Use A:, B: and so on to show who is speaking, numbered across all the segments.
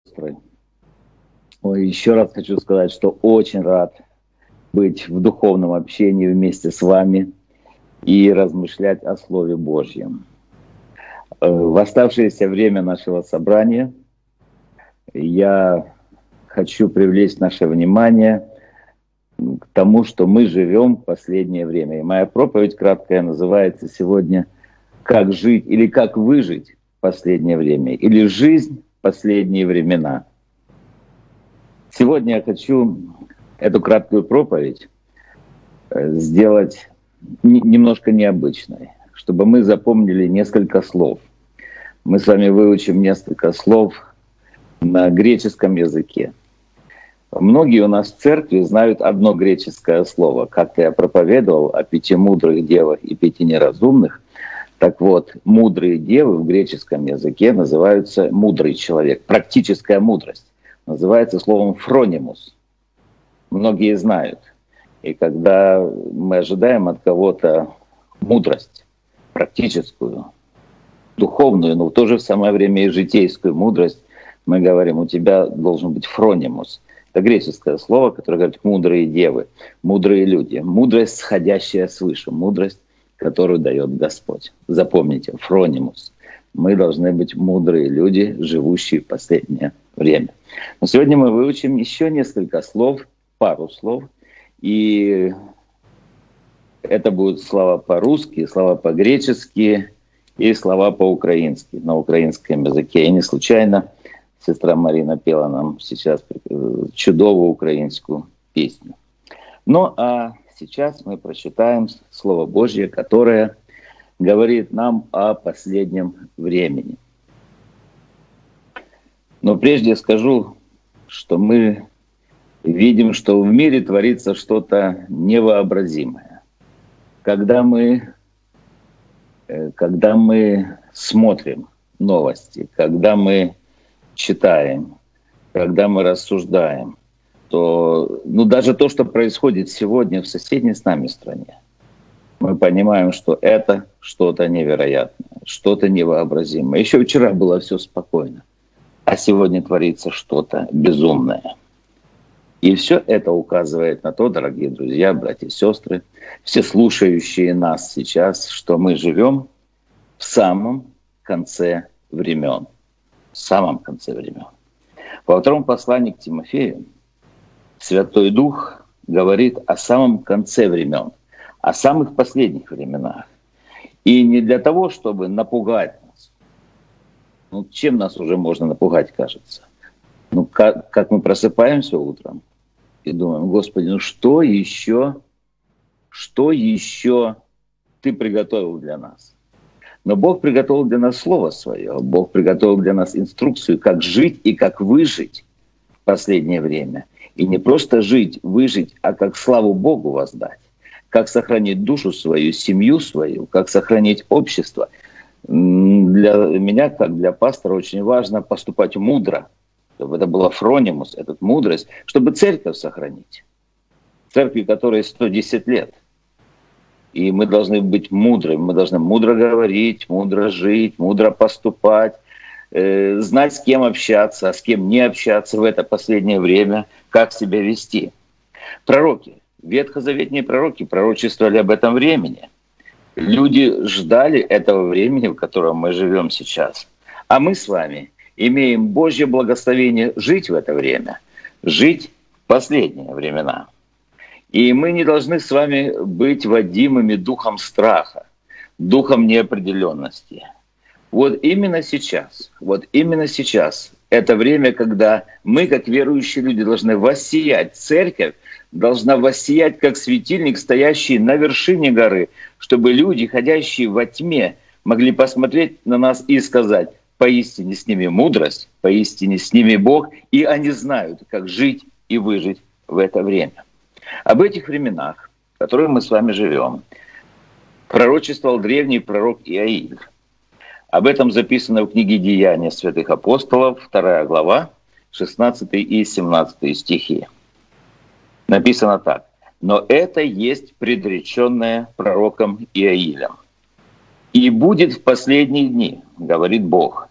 A: Ой, еще раз хочу сказать, что очень рад быть в духовном общении вместе с вами и размышлять о Слове Божьем. В оставшееся время нашего собрания я хочу привлечь наше внимание к тому, что мы живем в последнее время. И моя проповедь краткая называется сегодня «Как жить» или «Как выжить в последнее время» или «Жизнь в последние времена». Сегодня я хочу эту краткую проповедь сделать немножко необычной, чтобы мы запомнили несколько слов. Мы с вами выучим несколько слов на греческом языке. Многие у нас в церкви знают одно греческое слово. Как-то я проповедовал о 5 мудрых девах и 5 неразумных. Так вот, мудрые девы в греческом языке называются мудрый человек, практическая мудрость. Называется словом «фронимус». Многие знают. И когда мы ожидаем от кого-то мудрость, практическую, духовную, но в то же самое время и житейскую мудрость, мы говорим, у тебя должен быть фронимус. Это греческое слово, которое говорит «мудрые девы», «мудрые люди». Мудрость, сходящая свыше, мудрость, которую дает Господь. Запомните, фронимус. Мы должны быть мудрые люди, живущие в последнее время. Но сегодня мы выучим еще несколько слов, пару слов. И это будут слова по-русски, слова по-гречески и слова по-украински, на украинском языке. И не случайно сестра Марина пела нам сейчас чудовую украинскую песню. Ну а сейчас мы прочитаем Слово Божье, которое говорит нам о последнем времени. Но прежде скажу, что мы видим, что в мире творится что-то невообразимое. Когда мы смотрим новости, когда мы читаем, когда мы рассуждаем, то даже то, что происходит сегодня в соседней с нами стране, мы понимаем, что это что-то невероятное, что-то невообразимое. Еще вчера было все спокойно, а сегодня творится что-то безумное. И все это указывает на то, дорогие друзья, братья и сестры, все слушающие нас сейчас, что мы живем в самом конце времен. В самом конце времен. Во втором послании к Тимофею Святой Дух говорит о самом конце времен, о самых последних временах. И не для того, чтобы напугать нас. Чем нас уже можно напугать, кажется? Как мы просыпаемся утром и думаем, Господи, что еще Ты приготовил для нас? Но Бог приготовил для нас Слово Свое, Бог приготовил для нас инструкцию, как жить и как выжить в последнее время. И не просто жить, выжить, а как славу Богу воздать, как сохранить душу свою, семью свою, как сохранить общество. Для меня, как для пастора, очень важно поступать мудро, чтобы это была фронимус, эта мудрость, чтобы церковь сохранить. Церкви, которой 110 лет. И мы должны быть мудрыми, мы должны мудро говорить, мудро жить, мудро поступать, знать, с кем общаться, а с кем не общаться в это последнее время, как себя вести. Пророки, ветхозаветные пророки пророчествовали об этом времени. Люди ждали этого времени, в котором мы живем сейчас. А мы с вами имеем Божье благословение жить в это время, жить в последние времена. И мы не должны с вами быть водимыми духом страха, духом неопределенности. Вот именно сейчас это время, когда мы, как верующие люди, должны воссиять. Церковь должна воссиять, как светильник, стоящий на вершине горы, чтобы люди, ходящие во тьме, могли посмотреть на нас и сказать, поистине с ними мудрость, поистине с ними Бог, и они знают, как жить и выжить в это время. Об этих временах, в которых мы с вами живем, пророчествовал древний пророк Иаиль. Об этом записано в книге «Деяния святых апостолов», 2 глава, 16 и 17 стихи. Написано так. «Но это есть предреченное пророком Иаилем. И будет в последние дни, говорит Бог,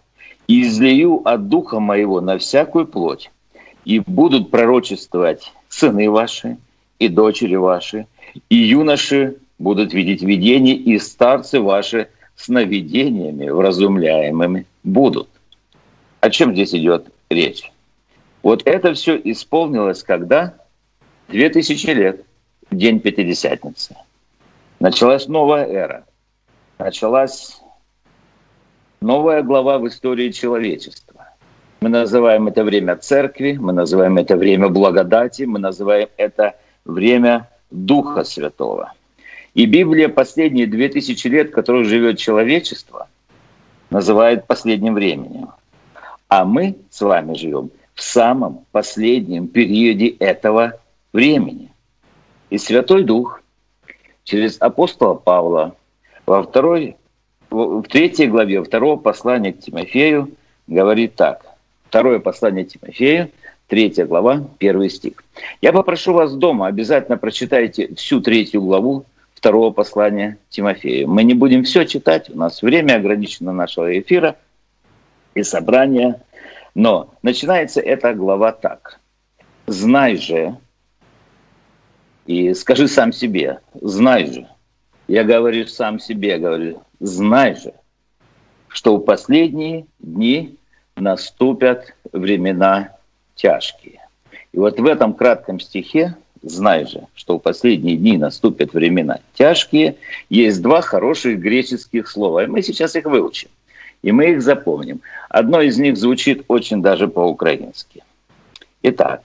A: «И излию от Духа Моего на всякую плоть, и будут пророчествовать сыны ваши и дочери ваши, и юноши будут видеть видения, и старцы ваши сновидениями вразумляемыми будут». О чем здесь идет речь? Вот это все исполнилось когда? 2000 лет, в день Пятидесятницы. Началась новая эра. Началась новая глава в истории человечества. Мы называем это время церкви, мы называем это время благодати, мы называем это время Духа Святого. И Библия последние 2000 лет, в которых живет человечество, называет последним временем. А мы с вами живем в самом последнем периоде этого времени. И Святой Дух через апостола Павла в 3 главе 2 послания к Тимофею говорит так. 2 послание Тимофею, 3 глава, 1 стих. Я попрошу вас дома, обязательно прочитайте всю 3 главу 2 послания Тимофею. Мы не будем все читать, у нас время ограничено нашего эфира и собрания. Но начинается эта глава так. «Знай же, и скажи сам себе, знай же». Я говорю сам себе, говорю, знай же, что в последние дни наступят времена тяжкие. И вот в этом кратком стихе «знай же, что в последние дни наступят времена тяжкие» есть два хороших греческих слова. И мы сейчас их выучим. И мы их запомним. Одно из них звучит очень даже по-украински. Итак,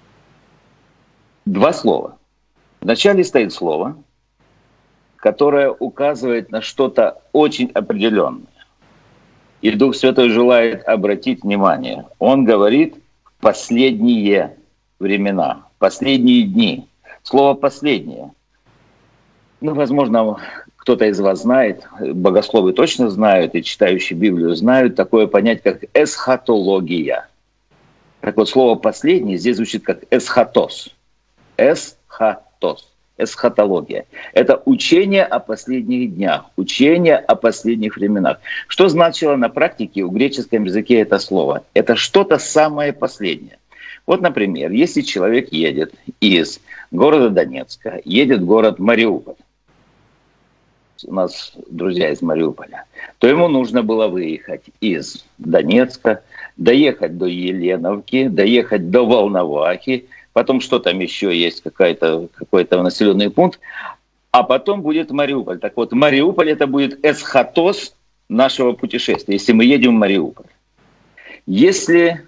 A: два слова. Вначале стоит слово, которое указывает на что-то очень определенное. И Дух Святой желает обратить внимание. Он говорит «последние времена», «последние дни». Слово «последнее». Возможно, кто-то из вас знает, богословы точно знают, и читающие Библию знают такое понятие, как эсхатология. Так вот, слово «последний» здесь звучит как эсхатос. Эсхатос. Эсхатология. Это учение о последних днях, учение о последних временах. Что значило на практике в греческом языке это слово? Это что-то самое последнее. Вот, например, если человек едет из города Донецка, едет в город Мариуполь, у нас друзья из Мариуполя, то ему нужно было выехать из Донецка, доехать до Еленовки, доехать до Волновахи, потом что там еще есть, какой-то населенный пункт, а потом будет Мариуполь. Так вот, Мариуполь это будет эсхатос нашего путешествия, если мы едем в Мариуполь. Если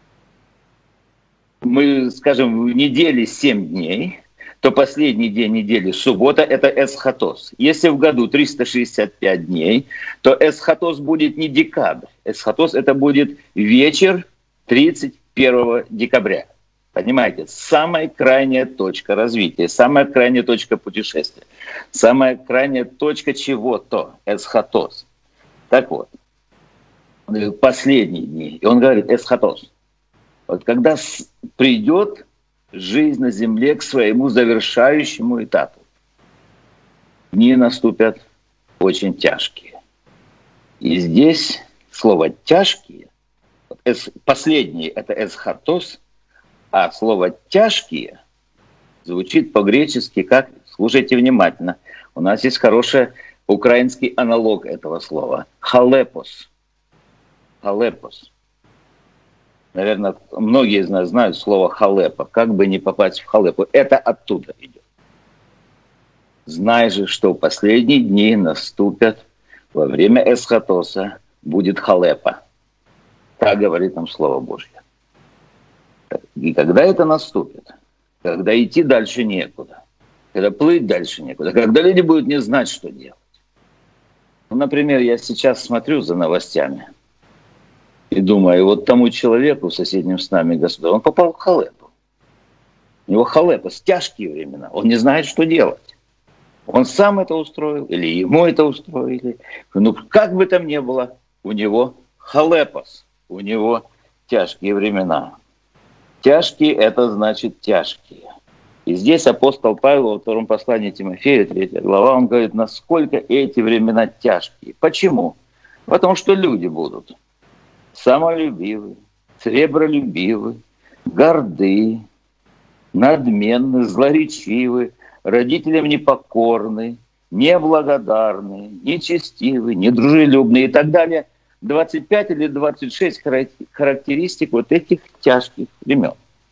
A: мы, скажем, в неделе 7 дней, то последний день недели, суббота, это эсхатос. Если в году 365 дней, то эсхатос будет не декабрь. Эсхатос это будет вечер 31 декабря. Понимаете, самая крайняя точка развития, самая крайняя точка путешествия, самая крайняя точка чего-то, эсхатос. Так вот, последние дни, и он говорит эсхатос. Вот когда придет жизнь на земле к своему завершающему этапу, дни наступят очень тяжкие. И здесь слово «тяжкие», последние это эсхатос, а слово «тяжкие» звучит по-гречески как, слушайте внимательно, у нас есть хороший украинский аналог этого слова – халепос. Халепос. Наверное, многие из нас знают слово халепа. Как бы не попасть в халепу. Это оттуда идет. Знай же, что в последние дни наступят, во время эсхатоса будет халепа. Так говорит нам Слово Божье. И когда это наступит, когда идти дальше некуда, когда плыть дальше некуда, когда люди будут не знать, что делать. Например, я сейчас смотрю за новостями и думаю, вот тому человеку в соседнем с нами государстве, он попал в халепу. У него халепа, тяжкие времена, он не знает, что делать. Он сам это устроил или ему это устроили. Как бы там ни было, у него халепос, у него тяжкие времена. Тяжкие – это значит тяжкие. И здесь апостол Павел во втором послании Тимофею, 3 глава, он говорит, насколько эти времена тяжкие. Почему? Потому что люди будут самолюбивы, сребролюбивы, горды, надменны, злоречивы, родителям непокорны, неблагодарны, нечестивы, недружелюбны и так далее. 25 или 26 характеристик вот этих тяжких времен.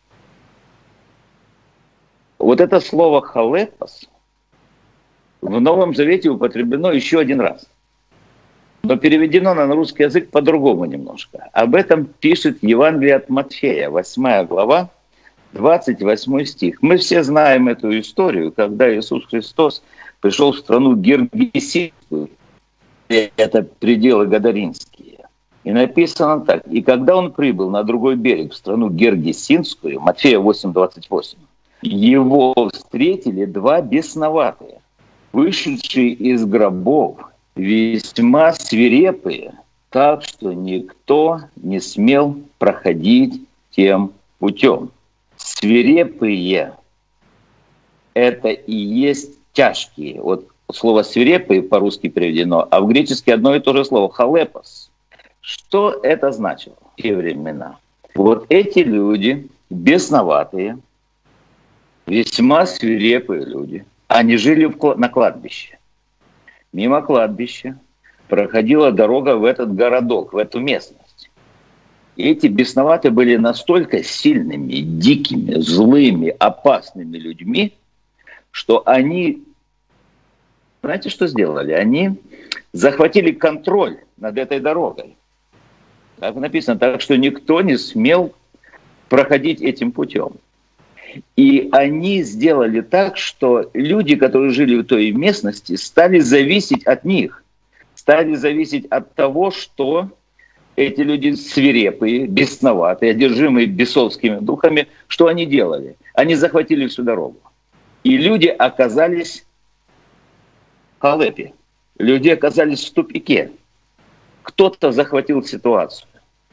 A: Вот это слово «халепос» в Новом Завете употреблено еще один раз. Но переведено на русский язык по-другому немножко. Об этом пишет Евангелие от Матфея, 8 глава, 28 стих. Мы все знаем эту историю, когда Иисус Христос пришел в страну Гергесинскую, это пределы Гадаринские. И написано так. И когда он прибыл на другой берег, в страну Гергесинскую, Матфея 8:28, его встретили два бесноватые, вышедшие из гробов, весьма свирепые, так что никто не смел проходить тем путем. Свирепые – это и есть тяжкие. Вот слово «свирепые» по-русски переведено, а в греческий одно и то же слово «халепос». Что это значило в те времена? Вот эти люди, бесноватые, весьма свирепые люди, они жили на кладбище. Мимо кладбища проходила дорога в этот городок, в эту местность. И эти бесноватые были настолько сильными, дикими, злыми, опасными людьми, что они, знаете, что сделали? Они захватили контроль над этой дорогой. Так написано, так что никто не смел проходить этим путем. И они сделали так, что люди, которые жили в той местности, стали зависеть от них. Стали зависеть от того, что эти люди свирепые, бесноватые, одержимые бесовскими духами, что они делали? Они захватили всю дорогу. И люди оказались в халепе. Люди оказались в тупике. Кто-то захватил ситуацию.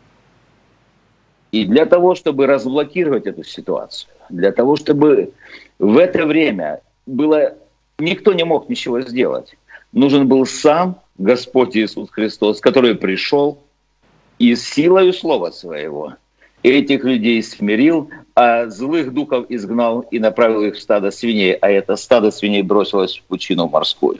A: И для того, чтобы разблокировать эту ситуацию, для того, чтобы в это время никто не мог ничего сделать, нужен был сам Господь Иисус Христос, который пришел и силою слова своего этих людей смирил, а злых духов изгнал и направил их в стадо свиней, а это стадо свиней бросилось в пучину морскую.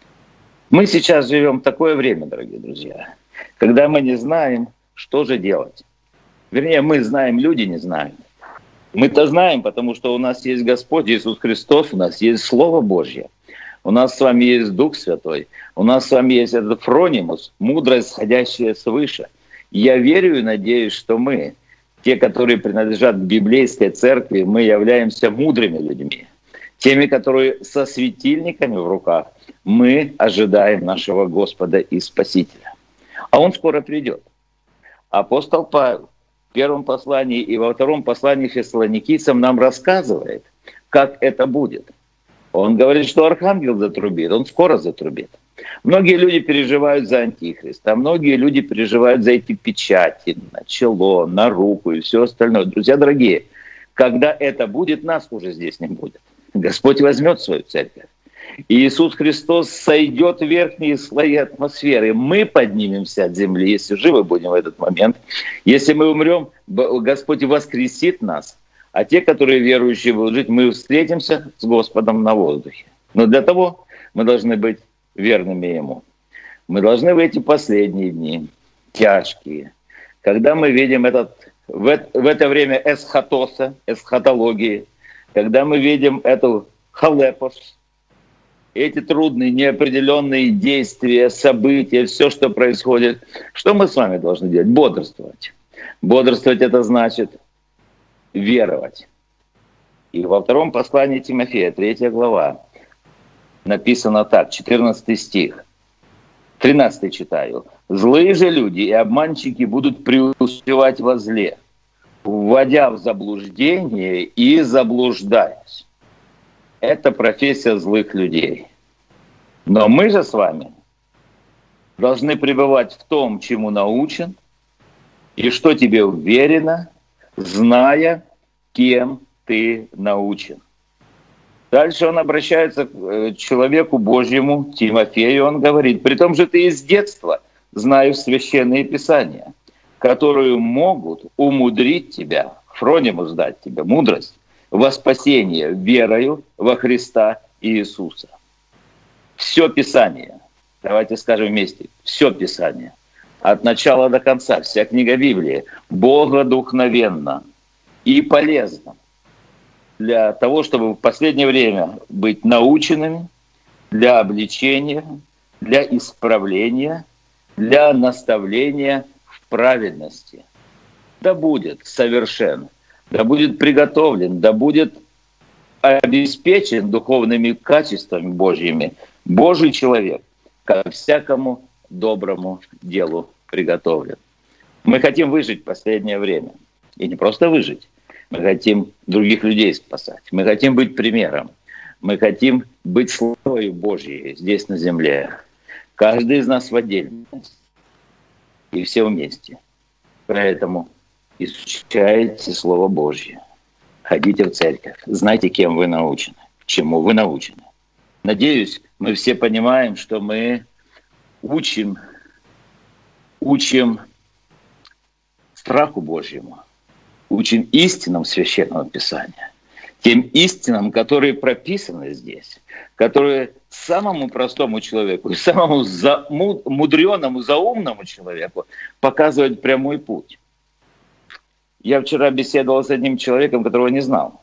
A: Мы сейчас живем в такое время, дорогие друзья, когда мы не знаем, что же делать. Вернее, мы знаем, люди не знают. Мы-то знаем, потому что у нас есть Господь Иисус Христос, у нас есть Слово Божье, у нас с вами есть Дух Святой, у нас с вами есть этот фронимус, мудрость, сходящая свыше. Я верю и надеюсь, что мы, те, которые принадлежат к библейской церкви, мы являемся мудрыми людьми. Теми, которые со светильниками в руках, мы ожидаем нашего Господа и Спасителя. А Он скоро придет. Апостол Павел в первом послании и во втором послании фессалоникийцам нам рассказывает, как это будет. Он говорит, что архангел затрубит, он скоро затрубит. Многие люди переживают за Антихриста, а многие люди переживают за эти печати на чело, на руку и все остальное. Друзья дорогие, когда это будет, нас уже здесь не будет. Господь возьмет свою церковь. И Иисус Христос сойдет в верхние слои атмосферы. Мы поднимемся от земли, если живы будем в этот момент. Если мы умрем, Господь воскресит нас. А те, которые верующие будут жить, мы встретимся с Господом на воздухе. Но для того мы должны быть верными Ему. Мы должны в эти последние дни, тяжкие, когда мы видим в это время эсхатоса, эсхатологии, когда мы видим эту халепос, эти трудные, неопределенные действия, события, все, что происходит, что мы с вами должны делать? Бодрствовать. Бодрствовать — это значит веровать. И во втором послании Тимофея, 3 глава, написано так, 14 стих, 13 читаю. «Злые же люди и обманщики будут преуспевать во зле, вводя в заблуждение и заблуждаясь». Это профессия злых людей. Но мы же с вами должны пребывать в том, чему научен, и что тебе уверено, зная, кем ты научен. Дальше он обращается к человеку Божьему, Тимофею, он говорит: «При том же ты из детства знаешь священные писания, которые могут умудрить тебя, хронимус дать тебе, мудрость, во спасение верою во Христа Иисуса. Все Писание, давайте скажем вместе, все Писание, от начала до конца, вся книга Библии, богодухновенна и полезна для того, чтобы в последнее время быть наученными, для обличения, для исправления, для наставления в праведности. Да будет совершен, да будет приготовлен, да будет обеспечен духовными качествами Божьими Божий человек, ко всякому доброму делу приготовлен. Мы хотим выжить в последнее время. И не просто выжить. Мы хотим других людей спасать. Мы хотим быть примером. Мы хотим быть славой Божьей здесь на земле. Каждый из нас в отдельности. И все вместе. Поэтому изучайте Слово Божье. Ходите в церковь. Знайте, кем вы научены. Чему вы научены. Надеюсь, мы все понимаем, что мы учим страху Божьему, учим истинам Священного Писания, тем истинам, которые прописаны здесь, которые самому простому человеку и самому мудреному, заумному человеку показывают прямой путь. Я вчера беседовал с одним человеком, которого не знал.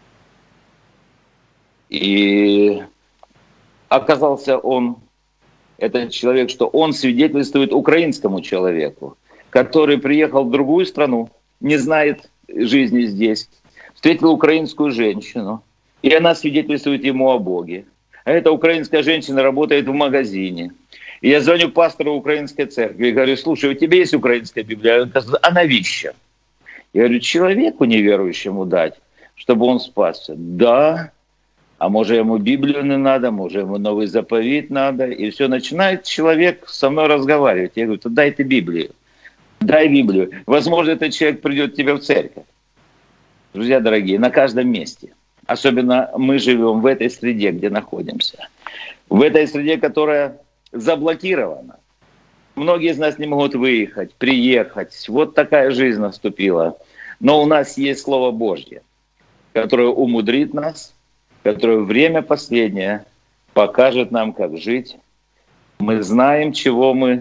A: И оказался он, этот человек, что он свидетельствует украинскому человеку, который приехал в другую страну, не знает жизни здесь, встретил украинскую женщину, и она свидетельствует ему о Боге. А эта украинская женщина работает в магазине. И я звоню пастору украинской церкви и говорю: слушай, у тебя есть украинская Библия? Он говорит: а навіщо? Я говорю: человеку неверующему дать, чтобы он спасся. Да. А может, ему Библию не надо, может, ему новый заповедь надо. И все, начинает человек со мной разговаривать. Я говорю: дай ты Библию. Дай Библию. Возможно, этот человек придет к тебе в церковь. Друзья дорогие, на каждом месте. Особенно мы живем в этой среде, где находимся. В этой среде, которая заблокирована. Многие из нас не могут выехать, приехать. Вот такая жизнь наступила. Но у нас есть Слово Божье, которое умудрит нас, которое время последнее покажет нам, как жить. Мы знаем, чему мы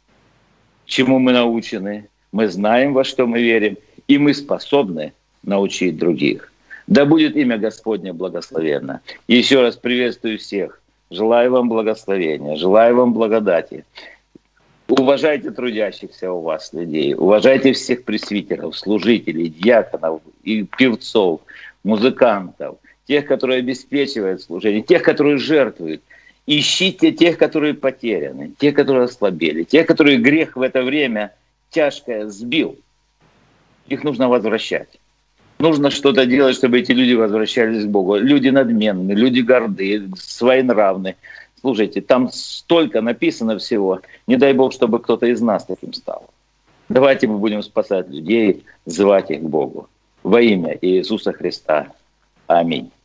A: научены, мы знаем, во что мы верим, и мы способны научить других. Да будет имя Господне благословенно. Еще раз приветствую всех. Желаю вам благословения, желаю вам благодати. Уважайте трудящихся у вас людей, уважайте всех пресвитеров, служителей, диаконов и певцов, музыкантов, тех, которые обеспечивают служение, тех, которые жертвуют. Ищите тех, которые потеряны, тех, которые ослабели, тех, которые грех в это время тяжкое сбил. Их нужно возвращать. Нужно что-то делать, чтобы эти люди возвращались к Богу. Люди надменные, люди гордые, своенравные. Слушайте, там столько написано всего. Не дай Бог, чтобы кто-то из нас таким стал. Давайте мы будем спасать людей, звать их к Богу. Во имя Иисуса Христа. Аминь.